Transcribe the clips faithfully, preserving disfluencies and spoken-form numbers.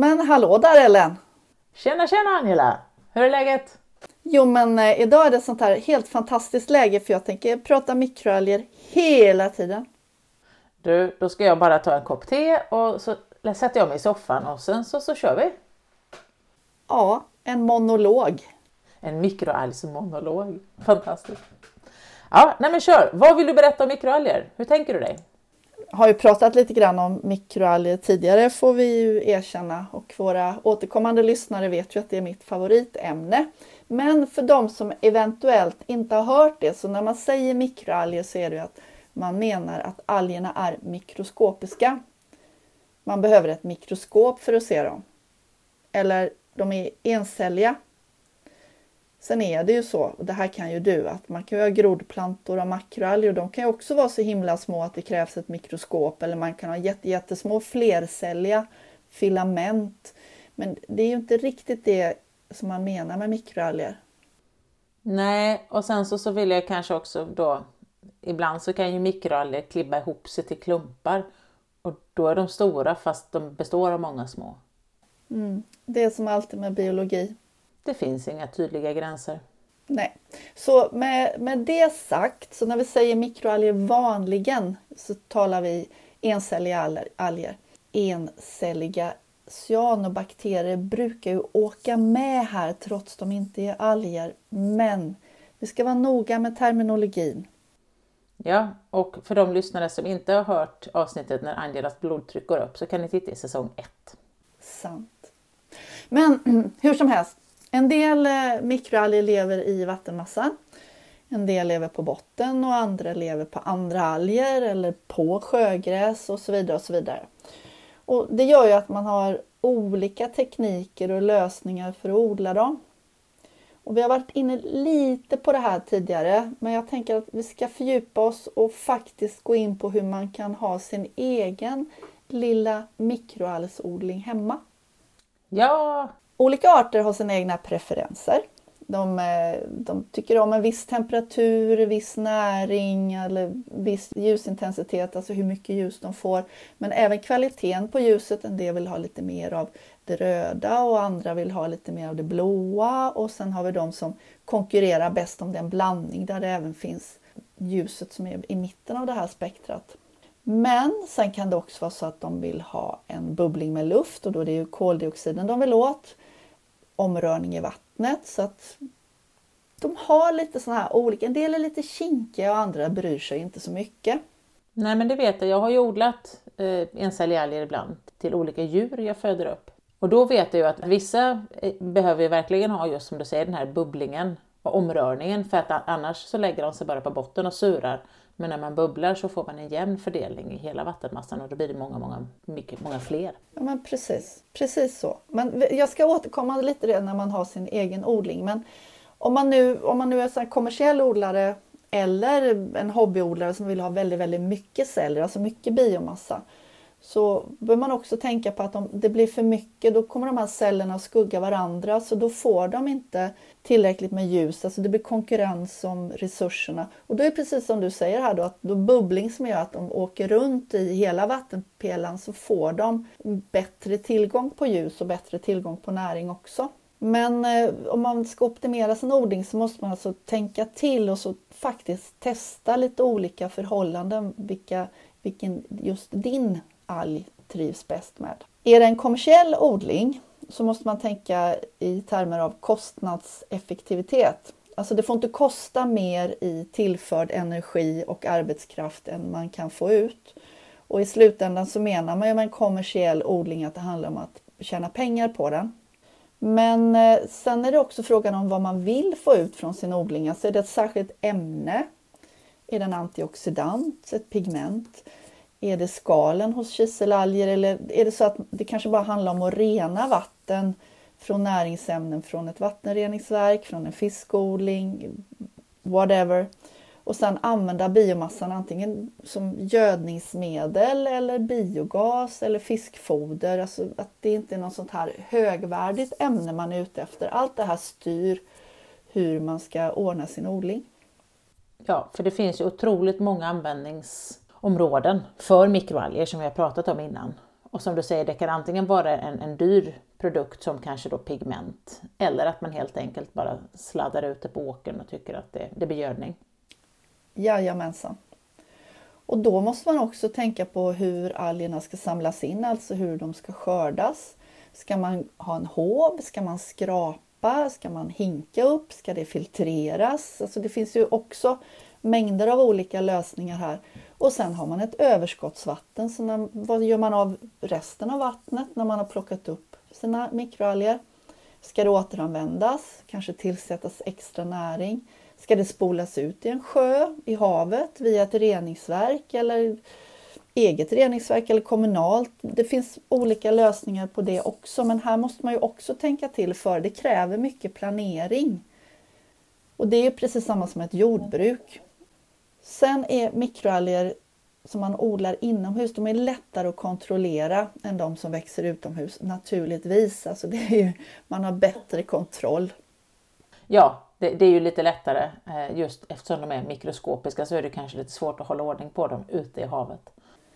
Men hallå där Ellen! Tjena tjena Angela! Hur är läget? Jo men eh, idag är det sånt här helt fantastiskt läge för jag tänker prata mikroalger hela tiden. Du, då ska jag bara ta en kopp te och så sätter jag mig i soffan och sen så, så kör vi. Ja, en monolog. En mikroalgsmonolog. Fantastiskt. Ja, nej men kör. Vad vill du berätta om mikroalger? Hur tänker du dig? Har ju pratat lite grann om mikroalger tidigare får vi ju erkänna och våra återkommande lyssnare vet ju att det är mitt favoritämne. Men för de som eventuellt inte har hört det, så när man säger mikroalger så är det ju att man menar att algerna är mikroskopiska. Man behöver ett mikroskop för att se dem. Eller de är encelliga. Sen är det ju så, och det här kan ju du, att man kan ju ha grodplantor och makroalger och de kan ju också vara så himla små att det krävs ett mikroskop. Eller man kan ha jättesmå flercelliga filament. Men det är ju inte riktigt det som man menar med mikroalger. Nej, och sen så, så vill jag kanske också då, ibland så kan ju mikroalger klibba ihop sig till klumpar. Och då är de stora fast de består av många små. Mm, det är som alltid med biologi. Det finns inga tydliga gränser. Nej, så med, med det sagt, så när vi säger mikroalger vanligen så talar vi encelliga alger. Encelliga cyanobakterier brukar ju åka med här trots de inte är alger. Men vi ska vara noga med terminologin. Ja, och för de lyssnare som inte har hört avsnittet när Angelas blodtryck går upp så kan ni titta i säsong ett. Sant. Men hur som helst. En del mikroalger lever i vattenmassan, en del lever på botten och andra lever på andra alger eller på sjögräs och så vidare och så vidare. Och det gör ju att man har olika tekniker och lösningar för att odla dem. Och vi har varit inne lite på det här tidigare, men jag tänker att vi ska fördjupa oss och faktiskt gå in på hur man kan ha sin egen lilla mikroalgsodling hemma. Ja! Olika arter har sina egna preferenser. De, de tycker om en viss temperatur, viss näring eller viss ljusintensitet, alltså hur mycket ljus de får. Men även kvaliteten på ljuset, en del vill ha lite mer av det röda och andra vill ha lite mer av det blåa. Och sen har vi de som konkurrerar bäst om den blandning där det även finns ljuset som är i mitten av det här spektrat. Men sen kan det också vara så att de vill ha en bubbling med luft och då är det ju koldioxiden de vill åt. Omrörning i vattnet, så att de har lite såna här olika, en del är lite kinkiga och andra bryr sig inte så mycket. Nej men det vet jag, jag har ju odlat eh, encelliga alger ibland till olika djur jag föder upp. Och då vet jag ju att vissa eh, behöver ju verkligen ha just som du säger den här bubblingen och omrörningen för att annars så lägger de sig bara på botten och surar. Men när man bubblar så får man en jämn fördelning i hela vattenmassan och då blir det många, många, mycket, många fler. Ja men precis, precis så. Men jag ska återkomma lite till det när man har sin egen odling. Men om man nu, om man nu är en kommersiell odlare eller en hobbyodlare som vill ha väldigt, väldigt mycket celler, alltså mycket biomassa. Så bör man också tänka på att om det blir för mycket, då kommer de här cellerna att skugga varandra. Så då får de inte tillräckligt med ljus. Alltså det blir konkurrens om resurserna. Och då är det precis som du säger här då, att då bubbling som gör att de åker runt i hela vattenpelan så får de bättre tillgång på ljus och bättre tillgång på näring också. Men eh, om man ska optimera sin odling så måste man alltså tänka till och så faktiskt testa lite olika förhållanden. Vilka, vilken just din alg trivs bäst med. Är det en kommersiell odling så måste man tänka i termer av kostnadseffektivitet. Alltså det får inte kosta mer i tillförd energi och arbetskraft än man kan få ut. Och i slutändan så menar man ju med en kommersiell odling att det handlar om att tjäna pengar på den. Men sen är det också frågan om vad man vill få ut från sin odling. Alltså är det ett särskilt ämne? Är det en antioxidant? Ett pigment? Är det skalen hos kiselalger eller är det så att det kanske bara handlar om att rena vatten från näringsämnen från ett vattenreningsverk, från en fiskodling, whatever. Och sen använda biomassan antingen som gödningsmedel eller biogas eller fiskfoder. Alltså att det inte är något sånt här högvärdigt ämne man är ute efter. Allt det här styr hur man ska ordna sin odling. Ja, för det finns ju otroligt många användningsområden för mikroalger som vi har pratat om innan. Och som du säger, det kan antingen vara en, en dyr produkt som kanske då pigment. Eller att man helt enkelt bara sladdar ut det på åkern och tycker att det, det blir gödning. Jajamensan. Och då måste man också tänka på hur algerna ska samlas in, alltså hur de ska skördas. Ska man ha en håv? Ska man skrapa? Ska man hinka upp? Ska det filtreras? Alltså det finns ju också mängder av olika lösningar här. Och sen har man ett överskottsvatten. Så när, vad gör man av resten av vattnet när man har plockat upp sina mikroalger? Ska det återanvändas? Kanske tillsättas extra näring? Ska det spolas ut i en sjö, i havet, via ett reningsverk eller eget reningsverk eller kommunalt? Det finns olika lösningar på det också, men här måste man ju också tänka till, för det kräver mycket planering. Och det är precis samma som ett jordbruk. Sen är mikroalger som man odlar inomhus, de är lättare att kontrollera än de som växer utomhus, naturligtvis. Alltså det är ju, man har bättre kontroll. Ja, det, det är ju lite lättare. Just eftersom de är mikroskopiska så är det kanske lite svårt att hålla ordning på dem ute i havet.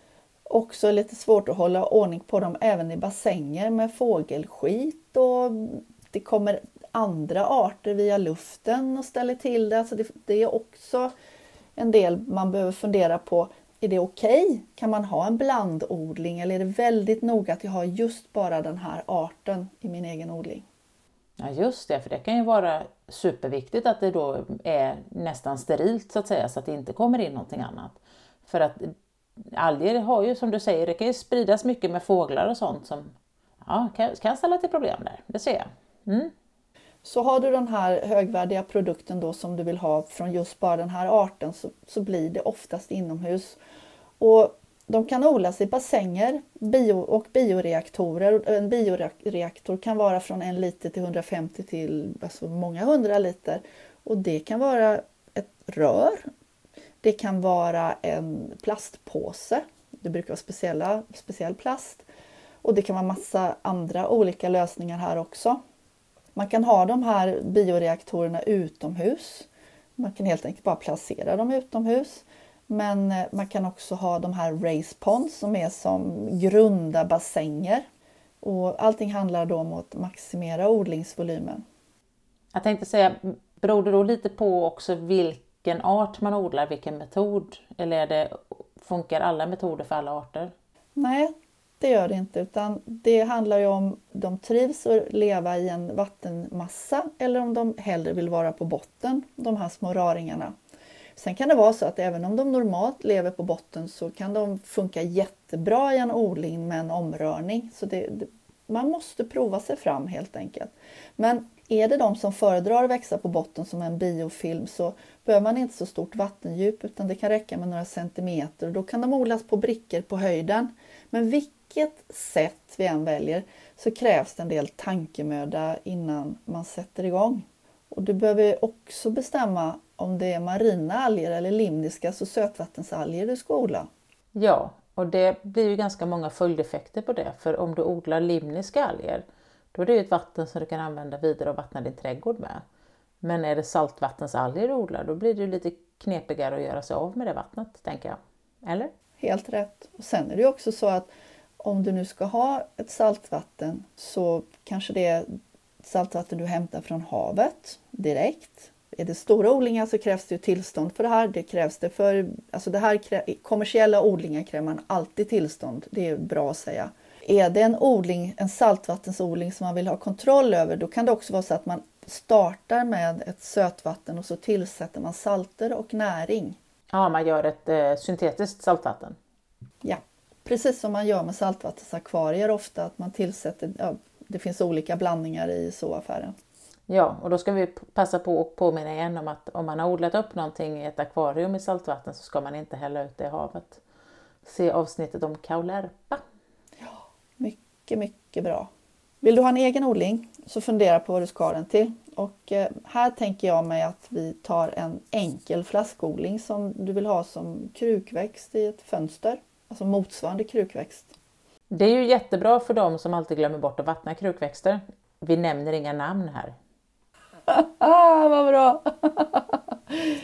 Också lite svårt att hålla ordning på dem även i bassänger med fågelskit, och det kommer andra arter via luften och ställer till det. Alltså det, det är också en del man behöver fundera på. Är det okej? Okay? Kan man ha en blandodling, eller är det väldigt noga att jag har just bara den här arten i min egen odling? Ja just det, för det kan ju vara superviktigt att det då är nästan sterilt så att säga, så att det inte kommer in någonting annat. För att alger har ju, som du säger, det kan ju spridas mycket med fåglar och sånt som ja, kan, kan ställa till problem där, det ser jag. Mm. Så har du den här högvärdiga produkten då som du vill ha från just bara den här arten, så, så blir det oftast inomhus. Och de kan odlas i bassänger bio och bioreaktorer. En bioreaktor kan vara från en liter till hundrafemtio till alltså många hundra liter. Och det kan vara ett rör. Det kan vara en plastpåse. Det brukar vara speciella, speciell plast. Och det kan vara massa andra olika lösningar här också. Man kan ha de här bioreaktorerna utomhus. Man kan helt enkelt bara placera dem utomhus. Men man kan också ha de här race ponds som är som grunda bassänger. Och allting handlar då om att maximera odlingsvolymen. Jag tänkte säga, beror det då lite på också vilken art man odlar, vilken metod? Eller är det, funkar alla metoder för alla arter? Nej, det gör det inte. Utan det handlar ju om de trivs att leva i en vattenmassa eller om de hellre vill vara på botten, de här små raringarna. Sen kan det vara så att även om de normalt lever på botten så kan de funka jättebra i en odling med en omrörning. Så det, det, man måste prova sig fram helt enkelt. Men är det de som föredrar att växa på botten som en biofilm, så behöver man inte så stort vattendjup, utan det kan räcka med några centimeter. Då kan de odlas på brickor på höjden. Men vilket sätt vi än väljer så krävs det en del tankemöda innan man sätter igång. Och du behöver också bestämma om det är marina alger eller limniska, så sötvattensalger du ska odla. Ja, och det blir ju ganska många följdeffekter på det. För om du odlar limniska alger, då är det ju ett vatten som du kan använda vidare och vattna din trädgård med. Men är det saltvattensalger du odlar, då blir det ju lite knepigare att göra sig av med det vattnet, tänker jag. Eller? Helt rätt. Och sen är det ju också så att om du nu ska ha ett saltvatten, så kanske det är saltvatten du hämtar från havet direkt. Är det stora odlingar så krävs det ju tillstånd för det här. Det krävs det för, alltså det här krä, kommersiella odlingar kräver man alltid tillstånd. Det är bra att säga. Är det en odling, en saltvattensodling som man vill ha kontroll över, då kan det också vara så att man startar med ett sötvatten och så tillsätter man salter och näring. Ja, man gör ett eh, syntetiskt saltvatten. Ja, precis som man gör med saltvattensakvarier ofta, att man tillsätter, ja, det finns olika blandningar i zooaffären. Ja, och då ska vi passa på att påminna igen om att om man har odlat upp någonting i ett akvarium i saltvatten så ska man inte hälla ut det i havet. Se avsnittet om Caulerpa. Ja, mycket, mycket bra. Vill du ha en egen odling så fundera på vad du ska ha den till. Och här tänker jag mig att vi tar en enkel flaskodling som du vill ha som krukväxt i ett fönster. Alltså motsvarande krukväxt. Det är ju jättebra för dem som alltid glömmer bort att vattna krukväxter. Vi nämner inga namn här. Ah, vad bra!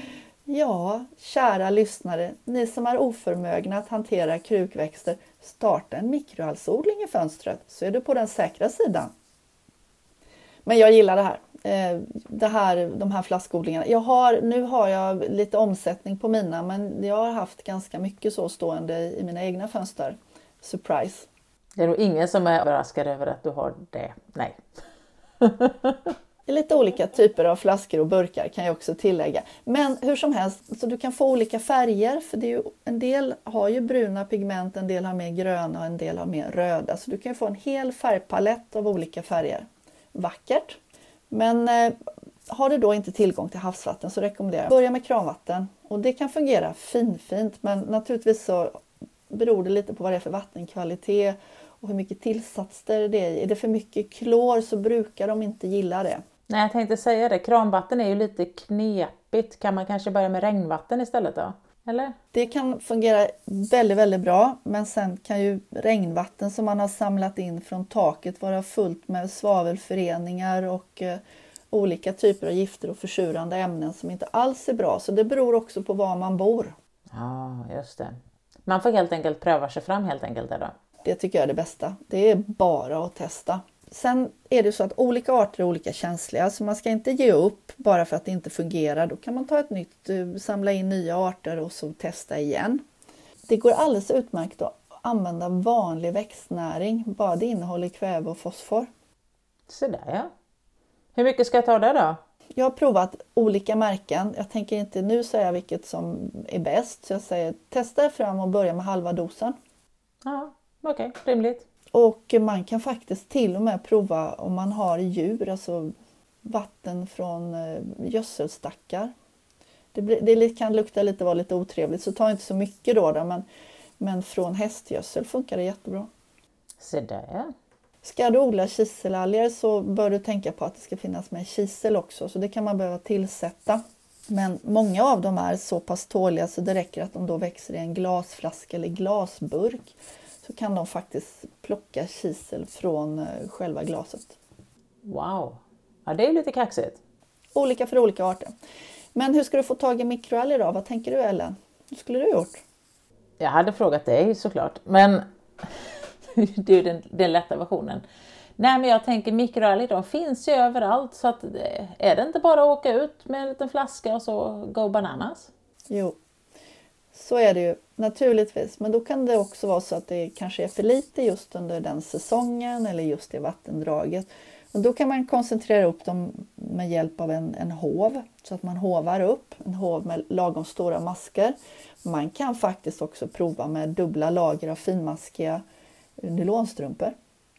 Ja, kära lyssnare, ni som är oförmögna att hantera krukväxter, starta en mikroalgsodling i fönstret så är du på den säkra sidan. Men jag gillar det här. Det här, de här flaskodlingarna. Jag har, nu har jag lite omsättning på mina, men jag har haft ganska mycket så stående i mina egna fönster. Surprise! Det är nog ingen som är överraskad över att du har det. Nej. Det är lite olika typer av flaskor och burkar kan jag också tillägga. Men hur som helst, så du kan få olika färger. För det är ju, en del har ju bruna pigment, en del har mer gröna och en del har mer röda. Så du kan få en hel färgpalett av olika färger. Vackert! Men eh, har du då inte tillgång till havsvatten så rekommenderar jag börja med kranvatten. Och det kan fungera finfint, men naturligtvis så beror det lite på vad det är för vattenkvalitet och hur mycket tillsatser det är. Är det för mycket klor så brukar de inte gilla det. Nej, jag tänkte säga det. Kranvatten är ju lite knepigt. Kan man kanske börja med regnvatten istället då? Eller? Det kan fungera väldigt, väldigt bra. Men sen kan ju regnvatten som man har samlat in från taket vara fullt med svavelföreningar och eh, olika typer av gifter och försurande ämnen som inte alls är bra. Så det beror också på var man bor. Ja, just det. Man får helt enkelt pröva sig fram helt enkelt då. Det tycker jag är det bästa. Det är bara att testa. Sen är det så att olika arter är olika känsliga, så man ska inte ge upp bara för att det inte fungerar. Då kan man ta ett nytt, samla in nya arter och så testa igen. Det går alldeles utmärkt att använda vanlig växtnäring, bara det innehåller kväve och fosfor. Så där ja. Hur mycket ska jag ta där då? Jag har provat olika märken. Jag tänker inte nu säga vilket som är bäst, så jag säger testa fram och börja med halva dosen. Ja, okej, okay, rimligt. Och man kan faktiskt till och med prova om man har djur, alltså vatten från gödselstackar. Det, blir, det kan lukta lite, vara lite otrevligt, så ta inte så mycket då, då men, men från hästgödsel funkar det jättebra. Så där. Ska du odla kiselalger så bör du tänka på att det ska finnas med kisel också, så det kan man behöva tillsätta. Men många av dem är så pass tåliga så det räcker att de då växer i en glasflaska eller glasburk. Så kan de faktiskt plocka kisel från själva glaset. Wow, ja det är lite kaxigt. Olika för olika arter. Men hur ska du få tag i mikroalger då? Vad tänker du, Ellen? Hur skulle du gjort? Jag hade frågat dig såklart, men det är den, den lätta versionen. Nej, men jag tänker mikroalger, de finns ju överallt, så att, är det inte bara att åka ut med en liten flaska och så go bananas? Jo, så är det ju naturligtvis. Men då kan det också vara så att det kanske är för lite just under den säsongen eller just det vattendraget. Och då kan man koncentrera upp dem med hjälp av en, en hov, så att man hovar upp en hov med lagom stora masker. Man kan faktiskt också prova med dubbla lager av finmaskiga nylonstrumpor.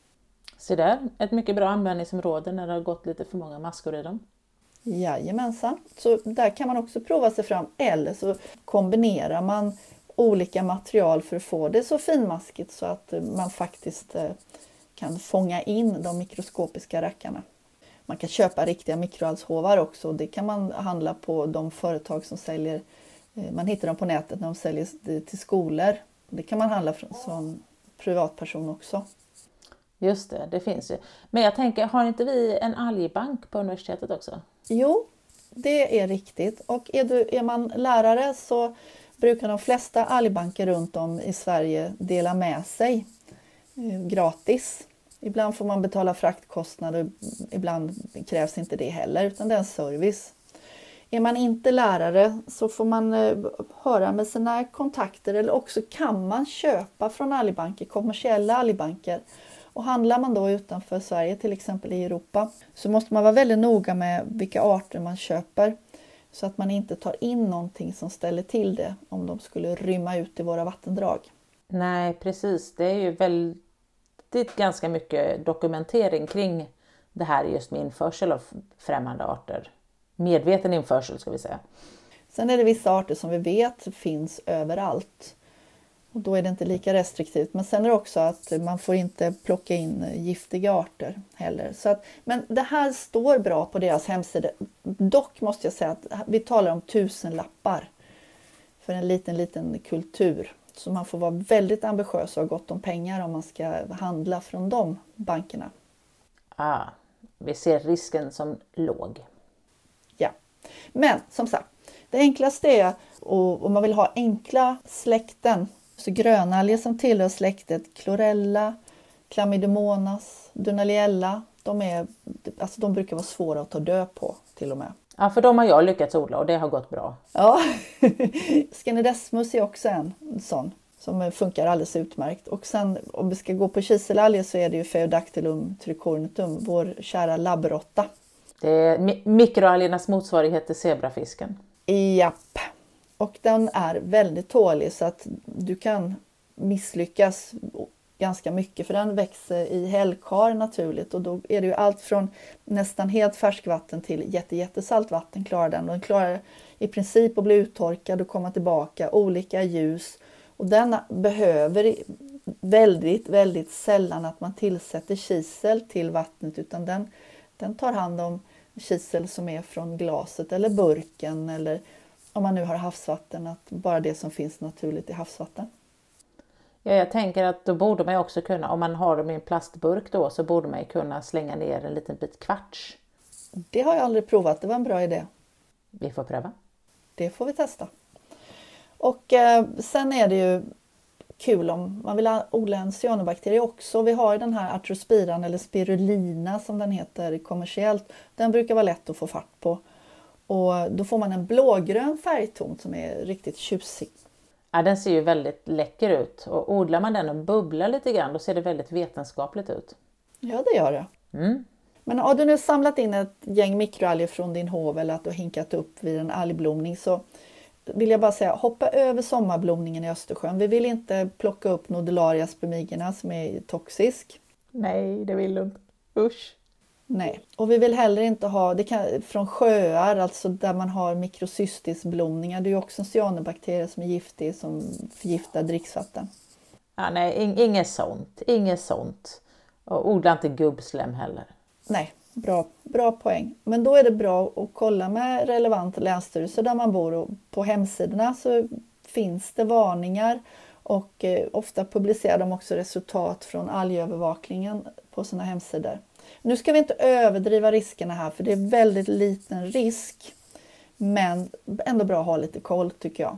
Så där, ett mycket bra användningsområde när det har gått lite för många maskor i dem. Jajamensan, så där kan man också prova sig fram, eller så kombinerar man olika material för att få det så finmaskigt så att man faktiskt kan fånga in de mikroskopiska rackarna. Man kan köpa riktiga mikroalgshovar också, det kan man handla på de företag som säljer, man hittar dem på nätet när de säljer till skolor. Det kan man handla som privatperson också. Just det, det finns ju. Men jag tänker, har inte vi en algbank på universitetet också? Jo, det är riktigt. Och är, du, är man lärare så brukar de flesta algbanker runt om i Sverige dela med sig eh, gratis. Ibland får man betala fraktkostnader, ibland krävs inte det heller, utan det är en service. Är man inte lärare så får man eh, höra med sina kontakter, eller också kan man köpa från algbanker, kommersiella algbanker. Och handlar man då utanför Sverige, till exempel i Europa, så måste man vara väldigt noga med vilka arter man köper. Så att man inte tar in någonting som ställer till det om de skulle rymma ut i våra vattendrag. Nej, precis. Det är ju väldigt ganska mycket dokumentering kring det här just med införsel av främmande arter. Medveten införsel ska vi säga. Sen är det vissa arter som vi vet finns överallt. Och då är det inte lika restriktivt. Men sen är det också att man får inte plocka in giftiga arter heller. Så att, men det här står bra på deras hemsida. Dock måste jag säga att vi talar om tusen lappar för en liten, liten kultur. Så man får vara väldigt ambitiös och ha gott om pengar om man ska handla från de bankerna. Ah, vi ser risken som låg. Ja, men som sagt. Det enklaste är, om man vill ha enkla släkten, så grönalger som tillhör släktet Chlorella, Chlamydomonas, Dunaliella, de, är, alltså de brukar vara svåra att ta död på till och med. Ja, för de har jag lyckats odla och det har gått bra. Ja, Scindesmus är också en sån som funkar alldeles utmärkt. Och sen om vi ska gå på kiselalger så är det ju Phaeodactylum tricornutum, vår kära labbråtta. Det är mi- mikroalgernas motsvarighet till zebrafisken. Japp. Och den är väldigt tålig så att du kan misslyckas ganska mycket, för den växer i hällkar naturligt, och då är det ju allt från nästan helt färskvatten till jätte, jättesalt vatten klarar den. Och den klarar i princip att bli uttorkad och komma tillbaka, olika ljus, och den behöver väldigt, väldigt sällan att man tillsätter kisel till vattnet, utan den, den tar hand om kisel som är från glaset eller burken, eller om man nu har havsvatten, att bara det som finns naturligt i havsvatten. Ja, jag tänker att då borde man också kunna, om man har dem i en plastburk då, så borde man ju kunna slänga ner en liten bit kvarts. Det har jag aldrig provat, det var en bra idé. Vi får pröva. Det får vi testa. Och eh, sen är det ju kul om man vill odla en cyanobakterie också. Vi har ju den här Arthrospiran eller spirulina som den heter kommersiellt. Den brukar vara lätt att få fart på. Och då får man en blågrön färgton som är riktigt tjusig. Ja, den ser ju väldigt läcker ut, och odlar man den och bubblar lite grann, då ser det väldigt vetenskapligt ut. Ja, det gör det. Mm. Men har du nu samlat in ett gäng mikroalger från din hov, eller att du har hinkat upp vid en algblomning, så vill jag bara säga, hoppa över sommarblomningen i Östersjön. Vi vill inte plocka upp Nodularia spumigena som är toxisk. Nej, det vill du inte. Usch. Nej, och vi vill heller inte ha det kan, från sjöar, alltså där man har mikrocystisblomningar. Det är ju också en cyanobakterie som är giftig, som förgiftar dricksvatten. Ja, nej, inget sånt. Inget sånt. Och odla inte gubbslem heller. Nej, bra, bra poäng. Men då är det bra att kolla med relevant länsstyrelse där man bor. Och på hemsidorna så finns det varningar, och eh, ofta publicerar de också resultat från algövervakningen på sina hemsidor. Nu ska vi inte överdriva riskerna här, för det är väldigt liten risk, men ändå bra att ha lite koll tycker jag.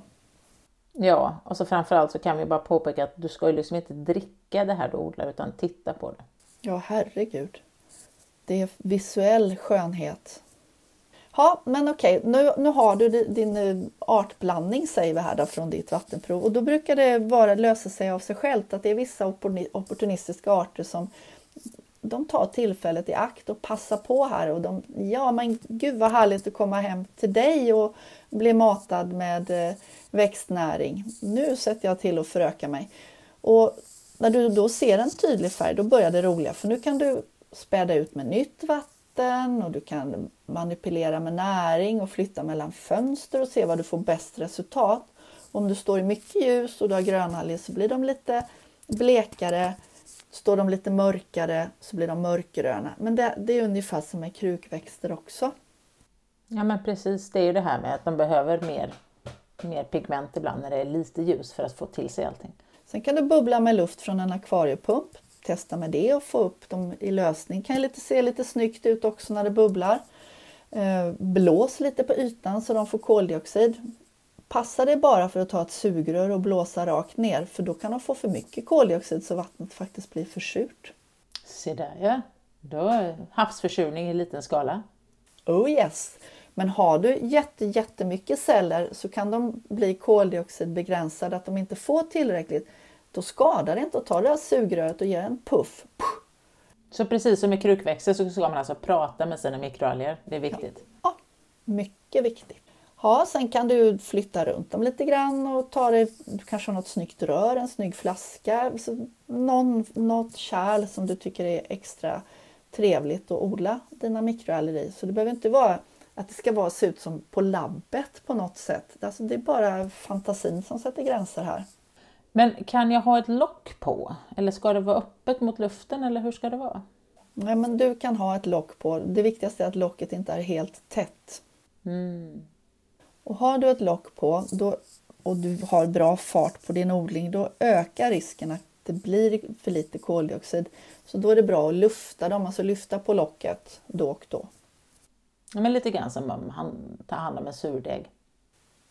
Ja, och så framförallt så kan vi bara påpeka att du ska ju liksom inte dricka det här du odlar, utan titta på det. Ja, herregud. Det är visuell skönhet. Ja, men okej, nu, nu har du din artblandning, säger vi här då, från ditt vattenprov. Och då brukar det vara, lösa sig av sig självt att det är vissa opportunistiska arter som de tar tillfället i akt och passar på här. Och de, ja men gud vad härligt att komma hem till dig och bli matad med växtnäring. Nu sätter jag till att föröka mig. Och när du då ser en tydlig färg, då börjar det roliga. För nu kan du späda ut med nytt vatten, och du kan manipulera med näring och flytta mellan fönster och se vad du får bäst resultat. Om du står i mycket ljus och du har grönalger så blir de lite blekare. Står de lite mörkare så blir de mörkgröna. Men det, det är ungefär som med krukväxter också. Ja, men precis, det är ju det här med att de behöver mer, mer pigment ibland när det är lite ljus för att få till sig allting. Sen kan du bubbla med luft från en akvariepump. Testa med det och få upp dem i lösning. Kan ju lite, se lite snyggt ut också när det bubblar. Blås lite på ytan så de får koldioxid. Passa det bara för att ta ett sugrör och blåsa rakt ner, för då kan de få för mycket koldioxid så vattnet faktiskt blir för surt. Se där ja, då är havsförsurning i liten skala. Oh yes! Men har du jätte, jättemycket celler så kan de bli koldioxidbegränsade, att de inte får tillräckligt. Då skadar det inte att ta det här sugröret och ge en puff. Så precis som med krukväxter så ska man alltså prata med sina mikroalger, det är viktigt. Ja, mycket viktigt. Ja, sen kan du flytta runt dem lite grann och ta det, du kanske har något snyggt rör, en snygg flaska, så någon, något kärl som du tycker är extra trevligt att odla dina mikroalger i. Så det behöver inte vara att det ska vara, se ut som på labbet på något sätt. Alltså det är bara fantasin som sätter gränser här. Men kan jag ha ett lock på? Eller ska det vara öppet mot luften, eller hur ska det vara? Nej, men du kan ha ett lock på. Det viktigaste är att locket inte är helt tätt. Mm. Och har du ett lock på då, och du har bra fart på din odling, då ökar risken att det blir för lite koldioxid. Så då är det bra att lufta dem, alltså lyfta på locket då och då. Ja, men lite grann som man tar hand om en surdeg.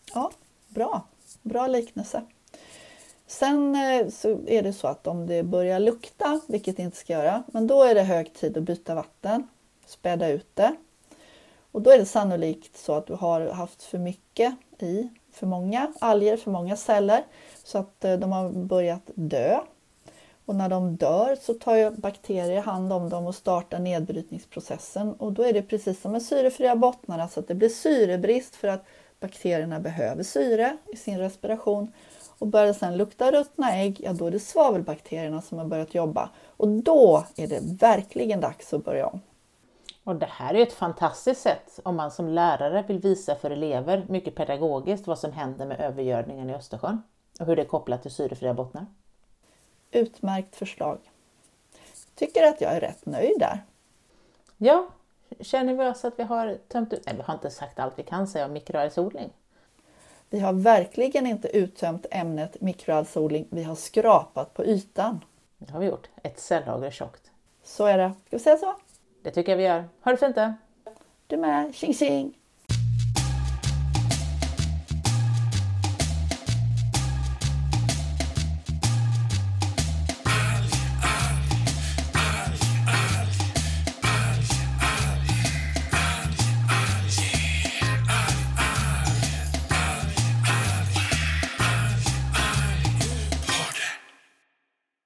Ja, bra. Bra liknelse. Sen eh, så är det så att om det börjar lukta, vilket det inte ska göra, men då är det hög tid att byta vatten, späda ut det. Och då är det sannolikt så att du har haft för mycket i, för många alger, för många celler, så att eh, de har börjat dö. Och när de dör så tar ju bakterier hand om dem och startar nedbrytningsprocessen. Och då är det precis som med syrefria bottnar, alltså att det blir syrebrist för att bakterierna behöver syre i sin respiration. Och börjar det sedan lukta ruttna ägg, ja då är det svavelbakterierna som har börjat jobba. Och då är det verkligen dags att börja om. Och det här är ett fantastiskt sätt om man som lärare vill visa för elever mycket pedagogiskt vad som händer med övergödningen i Östersjön och hur det är kopplat till syrefria bottnar. Utmärkt förslag. Tycker att jag är rätt nöjd där. Ja, känner vi oss att vi har tömt ut? Nej, vi har inte sagt allt vi kan säga om mikroalgsodling. Vi har verkligen inte uttömt ämnet mikroalgsodling. Vi har skrapat på ytan. Det har vi gjort. Ett cellager tjockt. Så är det. Ska vi säga så? Det tycker jag vi gör. Ha det fint då! Du med. Tjing tjing!